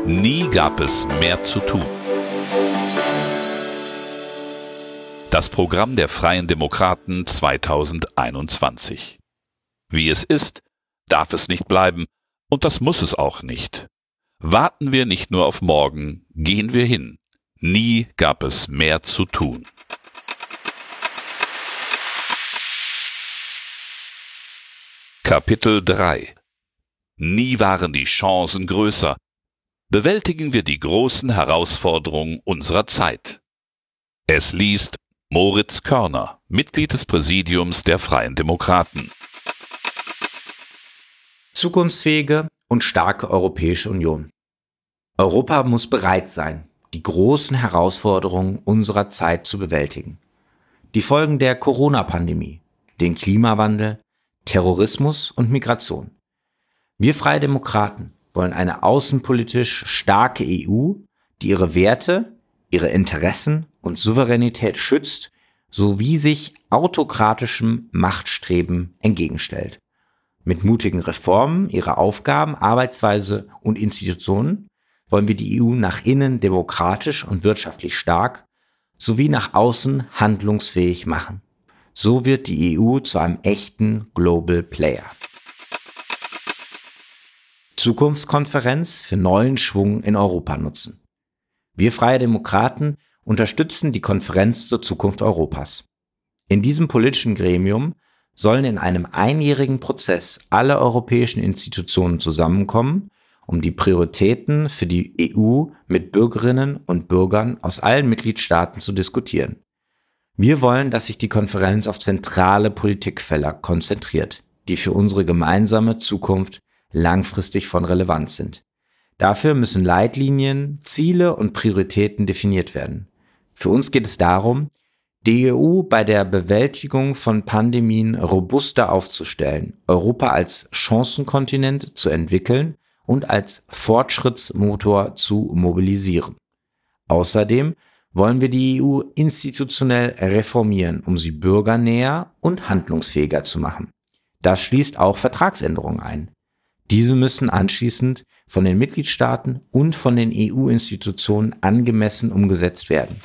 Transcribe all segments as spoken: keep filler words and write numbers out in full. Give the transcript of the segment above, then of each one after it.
Nie gab es mehr zu tun. Das Programm der Freien Demokraten zweitausendeinundzwanzig. Wie es ist, darf es nicht bleiben, und das muss es auch nicht. Warten wir nicht nur auf morgen, gehen wir hin. Nie gab es mehr zu tun. Kapitel drei. Nie waren die Chancen größer. Bewältigen wir die großen Herausforderungen unserer Zeit. Es liest Moritz Körner, Mitglied des Präsidiums der Freien Demokraten. Zukunftsfähige und starke Europäische Union. Europa muss bereit sein, die großen Herausforderungen unserer Zeit zu bewältigen. Die Folgen der Corona-Pandemie, den Klimawandel, Terrorismus und Migration. Wir Freie Demokraten wollen eine außenpolitisch starke E U, die ihre Werte, ihre Interessen und Souveränität schützt, sowie sich autokratischem Machtstreben entgegenstellt. Mit mutigen Reformen ihrer Aufgaben, Arbeitsweise und Institutionen wollen wir die E U nach innen demokratisch und wirtschaftlich stark sowie nach außen handlungsfähig machen. So wird die E U zu einem echten Global Player. Zukunftskonferenz für neuen Schwung in Europa nutzen. Wir Freie Demokraten unterstützen die Konferenz zur Zukunft Europas. In diesem politischen Gremium sollen in einem einjährigen Prozess alle europäischen Institutionen zusammenkommen, um die Prioritäten für die E U mit Bürgerinnen und Bürgern aus allen Mitgliedstaaten zu diskutieren. Wir wollen, dass sich die Konferenz auf zentrale Politikfelder konzentriert, die für unsere gemeinsame Zukunft langfristig von Relevanz sind. Dafür müssen Leitlinien, Ziele und Prioritäten definiert werden. Für uns geht es darum, die E U bei der Bewältigung von Pandemien robuster aufzustellen, Europa als Chancenkontinent zu entwickeln und als Fortschrittsmotor zu mobilisieren. Außerdem wollen wir die E U institutionell reformieren, um sie bürgernäher und handlungsfähiger zu machen. Das schließt auch Vertragsänderungen ein. Diese müssen anschließend von den Mitgliedstaaten und von den E U-Institutionen angemessen umgesetzt werden.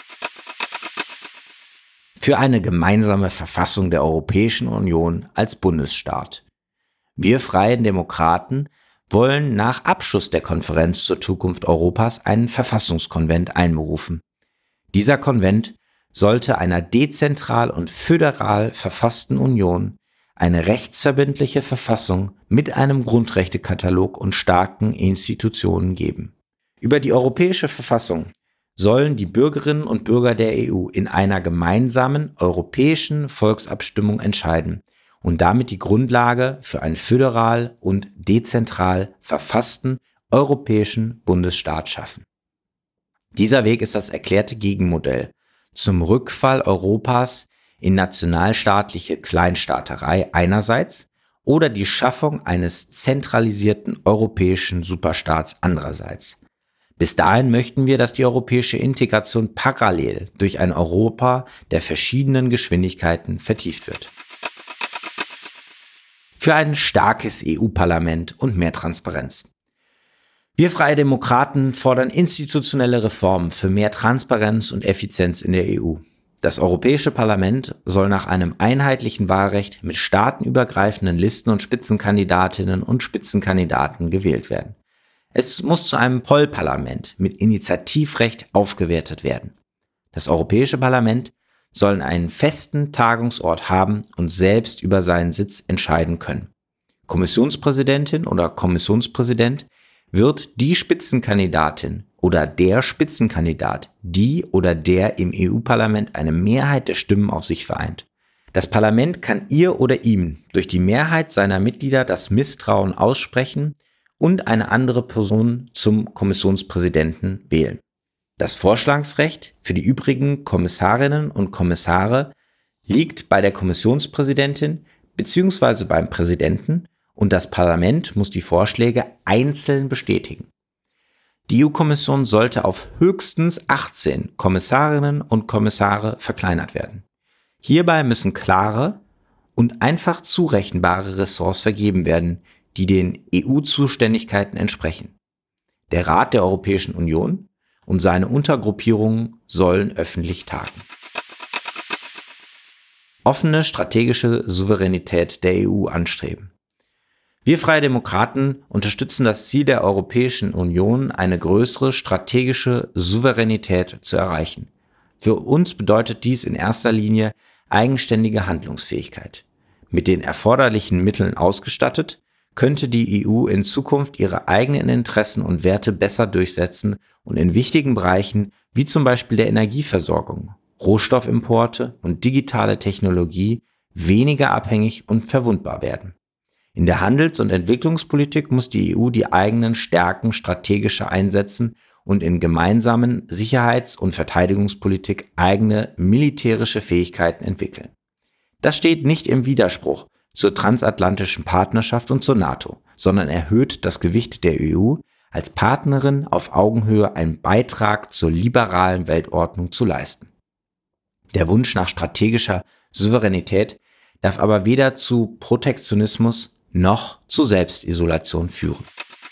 Für eine gemeinsame Verfassung der Europäischen Union als Bundesstaat. Wir Freien Demokraten wollen nach Abschluss der Konferenz zur Zukunft Europas einen Verfassungskonvent einberufen. Dieser Konvent sollte einer dezentral und föderal verfassten Union eine rechtsverbindliche Verfassung mit einem Grundrechtekatalog und starken Institutionen geben. Über die Europäische Verfassung sollen die Bürgerinnen und Bürger der E U in einer gemeinsamen europäischen Volksabstimmung entscheiden und damit die Grundlage für einen föderal und dezentral verfassten europäischen Bundesstaat schaffen. Dieser Weg ist das erklärte Gegenmodell zum Rückfall Europas in nationalstaatliche Kleinstaaterei einerseits oder die Schaffung eines zentralisierten europäischen Superstaats andererseits. Bis dahin möchten wir, dass die europäische Integration parallel durch ein Europa der verschiedenen Geschwindigkeiten vertieft wird. Für ein starkes E U-Parlament und mehr Transparenz. Wir Freie Demokraten fordern institutionelle Reformen für mehr Transparenz und Effizienz in der E U. Das Europäische Parlament soll nach einem einheitlichen Wahlrecht mit staatenübergreifenden Listen und Spitzenkandidatinnen und Spitzenkandidaten gewählt werden. Es muss zu einem Vollparlament mit Initiativrecht aufgewertet werden. Das Europäische Parlament soll einen festen Tagungsort haben und selbst über seinen Sitz entscheiden können. Kommissionspräsidentin oder Kommissionspräsident wird die Spitzenkandidatin oder der Spitzenkandidat, die oder der im E U-Parlament eine Mehrheit der Stimmen auf sich vereint. Das Parlament kann ihr oder ihm durch die Mehrheit seiner Mitglieder das Misstrauen aussprechen und eine andere Person zum Kommissionspräsidenten wählen. Das Vorschlagsrecht für die übrigen Kommissarinnen und Kommissare liegt bei der Kommissionspräsidentin bzw. beim Präsidenten und das Parlament muss die Vorschläge einzeln bestätigen. Die E U-Kommission sollte auf höchstens achtzehn Kommissarinnen und Kommissare verkleinert werden. Hierbei müssen klare und einfach zurechenbare Ressorts vergeben werden, die den E U-Zuständigkeiten entsprechen. Der Rat der Europäischen Union und seine Untergruppierungen sollen öffentlich tagen. Offene strategische Souveränität der E U anstreben. Wir Freie Demokraten unterstützen das Ziel der Europäischen Union, eine größere strategische Souveränität zu erreichen. Für uns bedeutet dies in erster Linie eigenständige Handlungsfähigkeit. Mit den erforderlichen Mitteln ausgestattet, könnte die E U in Zukunft ihre eigenen Interessen und Werte besser durchsetzen und in wichtigen Bereichen wie zum Beispiel der Energieversorgung, Rohstoffimporte und digitale Technologie weniger abhängig und verwundbar werden. In der Handels- und Entwicklungspolitik muss die E U die eigenen Stärken strategischer einsetzen und in gemeinsamen Sicherheits- und Verteidigungspolitik eigene militärische Fähigkeiten entwickeln. Das steht nicht im Widerspruch zur transatlantischen Partnerschaft und zur NATO, sondern erhöht das Gewicht der E U als Partnerin auf Augenhöhe einen Beitrag zur liberalen Weltordnung zu leisten. Der Wunsch nach strategischer Souveränität darf aber weder zu Protektionismus noch zu Selbstisolation führen.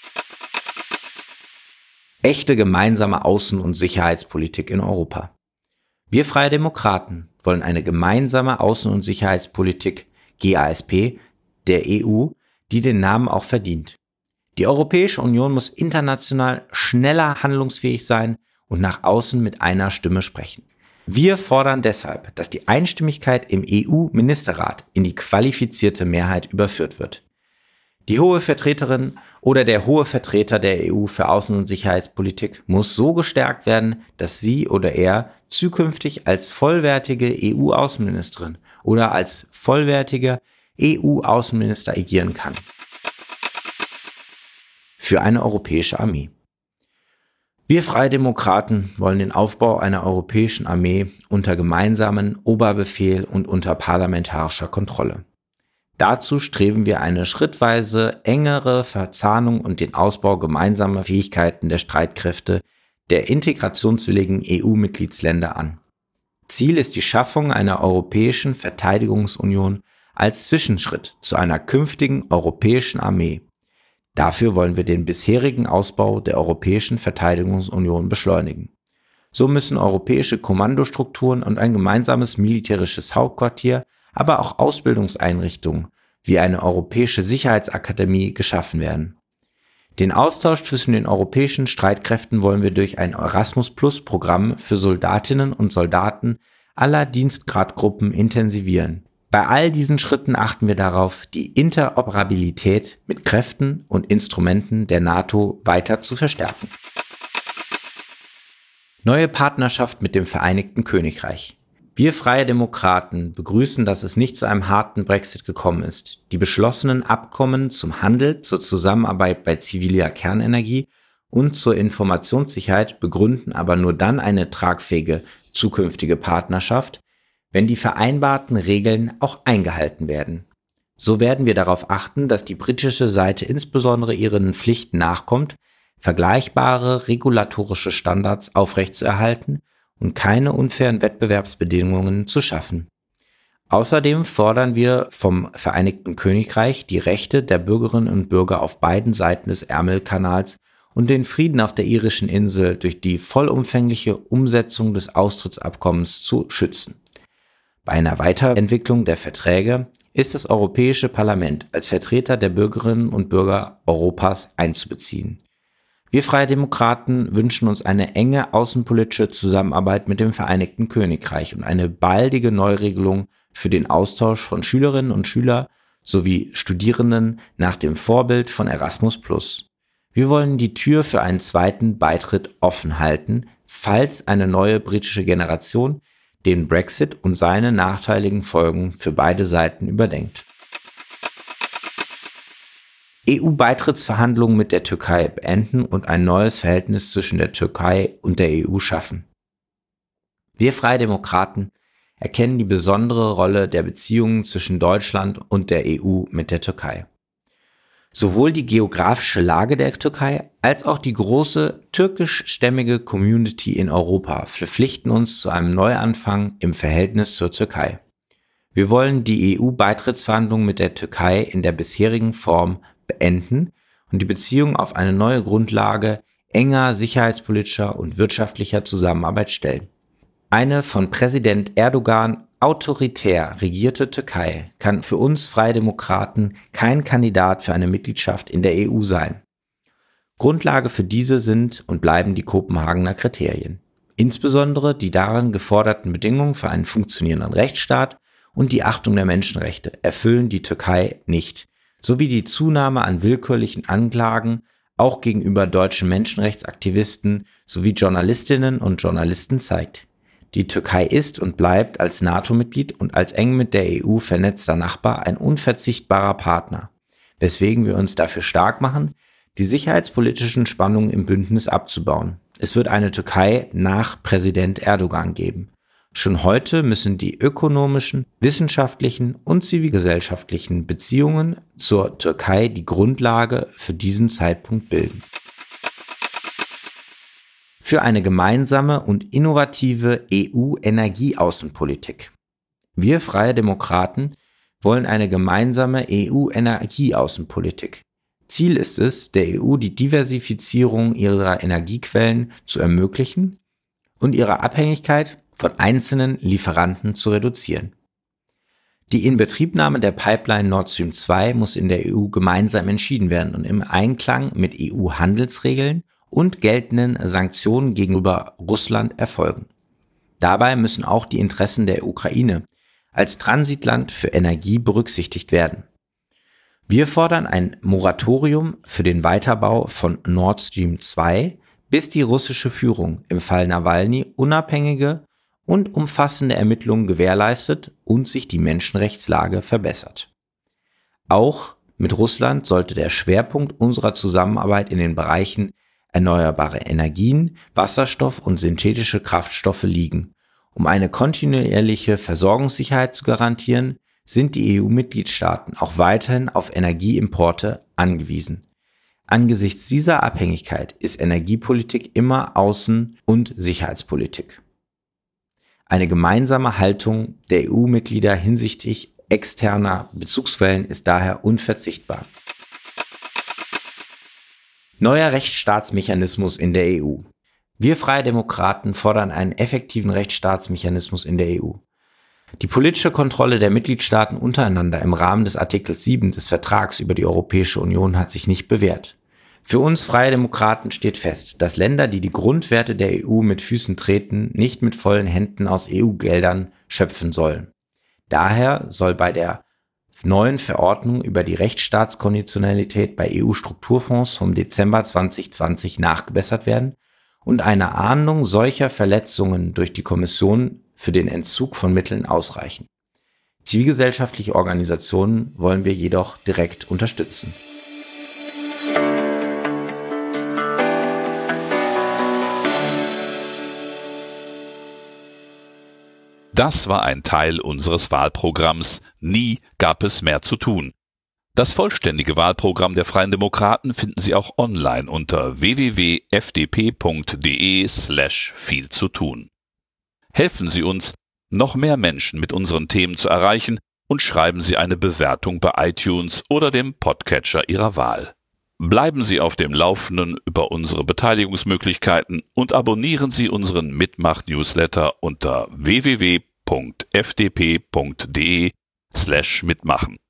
Echte gemeinsame Außen- und Sicherheitspolitik in Europa. Wir Freie Demokraten wollen eine gemeinsame Außen- und Sicherheitspolitik G A S P der E U, die den Namen auch verdient. Die Europäische Union muss international schneller handlungsfähig sein und nach außen mit einer Stimme sprechen. Wir fordern deshalb, dass die Einstimmigkeit im E U-Ministerrat in die qualifizierte Mehrheit überführt wird. Die hohe Vertreterin oder der hohe Vertreter der E U für Außen- und Sicherheitspolitik muss so gestärkt werden, dass sie oder er zukünftig als vollwertige E U-Außenministerin oder als vollwertiger E U-Außenminister agieren kann. Für eine europäische Armee. Wir Freie Demokraten wollen den Aufbau einer europäischen Armee unter gemeinsamen Oberbefehl und unter parlamentarischer Kontrolle. Dazu streben wir eine schrittweise engere Verzahnung und den Ausbau gemeinsamer Fähigkeiten der Streitkräfte der integrationswilligen E U-Mitgliedsländer an. Ziel ist die Schaffung einer europäischen Verteidigungsunion als Zwischenschritt zu einer künftigen europäischen Armee. Dafür wollen wir den bisherigen Ausbau der Europäischen Verteidigungsunion beschleunigen. So müssen europäische Kommandostrukturen und ein gemeinsames militärisches Hauptquartier, aber auch Ausbildungseinrichtungen wie eine europäische Sicherheitsakademie geschaffen werden. Den Austausch zwischen den europäischen Streitkräften wollen wir durch ein Erasmus-Plus-Programm für Soldatinnen und Soldaten aller Dienstgradgruppen intensivieren. Bei all diesen Schritten achten wir darauf, die Interoperabilität mit Kräften und Instrumenten der NATO weiter zu verstärken. Neue Partnerschaft mit dem Vereinigten Königreich. Wir Freie Demokraten begrüßen, dass es nicht zu einem harten Brexit gekommen ist. Die beschlossenen Abkommen zum Handel, zur Zusammenarbeit bei ziviler Kernenergie und zur Informationssicherheit begründen aber nur dann eine tragfähige zukünftige Partnerschaft, wenn die vereinbarten Regeln auch eingehalten werden. So werden wir darauf achten, dass die britische Seite insbesondere ihren Pflichten nachkommt, vergleichbare regulatorische Standards aufrechtzuerhalten und keine unfairen Wettbewerbsbedingungen zu schaffen. Außerdem fordern wir vom Vereinigten Königreich die Rechte der Bürgerinnen und Bürger auf beiden Seiten des Ärmelkanals und den Frieden auf der irischen Insel durch die vollumfängliche Umsetzung des Austrittsabkommens zu schützen. Bei einer Weiterentwicklung der Verträge ist das Europäische Parlament als Vertreter der Bürgerinnen und Bürger Europas einzubeziehen. Wir Freie Demokraten wünschen uns eine enge außenpolitische Zusammenarbeit mit dem Vereinigten Königreich und eine baldige Neuregelung für den Austausch von Schülerinnen und Schülern sowie Studierenden nach dem Vorbild von Erasmus plus. Wir wollen die Tür für einen zweiten Beitritt offen halten, falls eine neue britische Generation den Brexit und seine nachteiligen Folgen für beide Seiten überdenkt. E U-Beitrittsverhandlungen mit der Türkei beenden und ein neues Verhältnis zwischen der Türkei und der E U schaffen. Wir Freie Demokraten erkennen die besondere Rolle der Beziehungen zwischen Deutschland und der E U mit der Türkei. Sowohl die geografische Lage der Türkei als auch die große türkischstämmige Community in Europa verpflichten uns zu einem Neuanfang im Verhältnis zur Türkei. Wir wollen die E U-Beitrittsverhandlungen mit der Türkei in der bisherigen Form beenden und die Beziehungen auf eine neue Grundlage enger sicherheitspolitischer und wirtschaftlicher Zusammenarbeit stellen. Eine von Präsident Erdogan autoritär regierte Türkei kann für uns Freie Demokraten kein Kandidat für eine Mitgliedschaft in der E U sein. Grundlage für diese sind und bleiben die Kopenhagener Kriterien. Insbesondere die darin geforderten Bedingungen für einen funktionierenden Rechtsstaat und die Achtung der Menschenrechte erfüllen die Türkei nicht, sowie die Zunahme an willkürlichen Anklagen auch gegenüber deutschen Menschenrechtsaktivisten sowie Journalistinnen und Journalisten zeigt. Die Türkei ist und bleibt als NATO-Mitglied und als eng mit der E U vernetzter Nachbar ein unverzichtbarer Partner, weswegen wir uns dafür stark machen, die sicherheitspolitischen Spannungen im Bündnis abzubauen. Es wird eine Türkei nach Präsident Erdogan geben. Schon heute müssen die ökonomischen, wissenschaftlichen und zivilgesellschaftlichen Beziehungen zur Türkei die Grundlage für diesen Zeitpunkt bilden. Für eine gemeinsame und innovative E U-Energieaußenpolitik. Wir Freie Demokraten wollen eine gemeinsame E U-Energieaußenpolitik. Ziel ist es, der E U die Diversifizierung ihrer Energiequellen zu ermöglichen und ihre Abhängigkeit von einzelnen Lieferanten zu reduzieren. Die Inbetriebnahme der Pipeline Nord Stream zwei muss in der E U gemeinsam entschieden werden und im Einklang mit E U-Handelsregeln und geltenden Sanktionen gegenüber Russland erfolgen. Dabei müssen auch die Interessen der Ukraine als Transitland für Energie berücksichtigt werden. Wir fordern ein Moratorium für den Weiterbau von Nord Stream zwei, bis die russische Führung im Fall Nawalny unabhängige und umfassende Ermittlungen gewährleistet und sich die Menschenrechtslage verbessert. Auch mit Russland sollte der Schwerpunkt unserer Zusammenarbeit in den Bereichen erneuerbare Energien, Wasserstoff und synthetische Kraftstoffe liegen. Um eine kontinuierliche Versorgungssicherheit zu garantieren, sind die E U-Mitgliedstaaten auch weiterhin auf Energieimporte angewiesen. Angesichts dieser Abhängigkeit ist Energiepolitik immer Außen- und Sicherheitspolitik. Eine gemeinsame Haltung der E U-Mitglieder hinsichtlich externer Bezugsquellen ist daher unverzichtbar. Neuer Rechtsstaatsmechanismus in der E U. Wir Freie Demokraten fordern einen effektiven Rechtsstaatsmechanismus in der E U. Die politische Kontrolle der Mitgliedstaaten untereinander im Rahmen des Artikels sieben des Vertrags über die Europäische Union hat sich nicht bewährt. Für uns Freie Demokraten steht fest, dass Länder, die die Grundwerte der E U mit Füßen treten, nicht mit vollen Händen aus E U-Geldern schöpfen sollen. Daher soll bei der neuen Verordnung über die Rechtsstaatskonditionalität bei E U-Strukturfonds vom Dezember zwanzig zwanzig nachgebessert werden und eine Ahndung solcher Verletzungen durch die Kommission für den Entzug von Mitteln ausreichen. Zivilgesellschaftliche Organisationen wollen wir jedoch direkt unterstützen. Das war ein Teil unseres Wahlprogramms Nie gab es mehr zu tun. Das vollständige Wahlprogramm der Freien Demokraten finden Sie auch online unter w w w punkt f d p punkt d e slash viel zu tun. Helfen Sie uns, noch mehr Menschen mit unseren Themen zu erreichen und schreiben Sie eine Bewertung bei iTunes oder dem Podcatcher Ihrer Wahl. Bleiben Sie auf dem Laufenden über unsere Beteiligungsmöglichkeiten und abonnieren Sie unseren Mitmach-Newsletter unter w w w punkt f d p punkt d e slash mitmachen.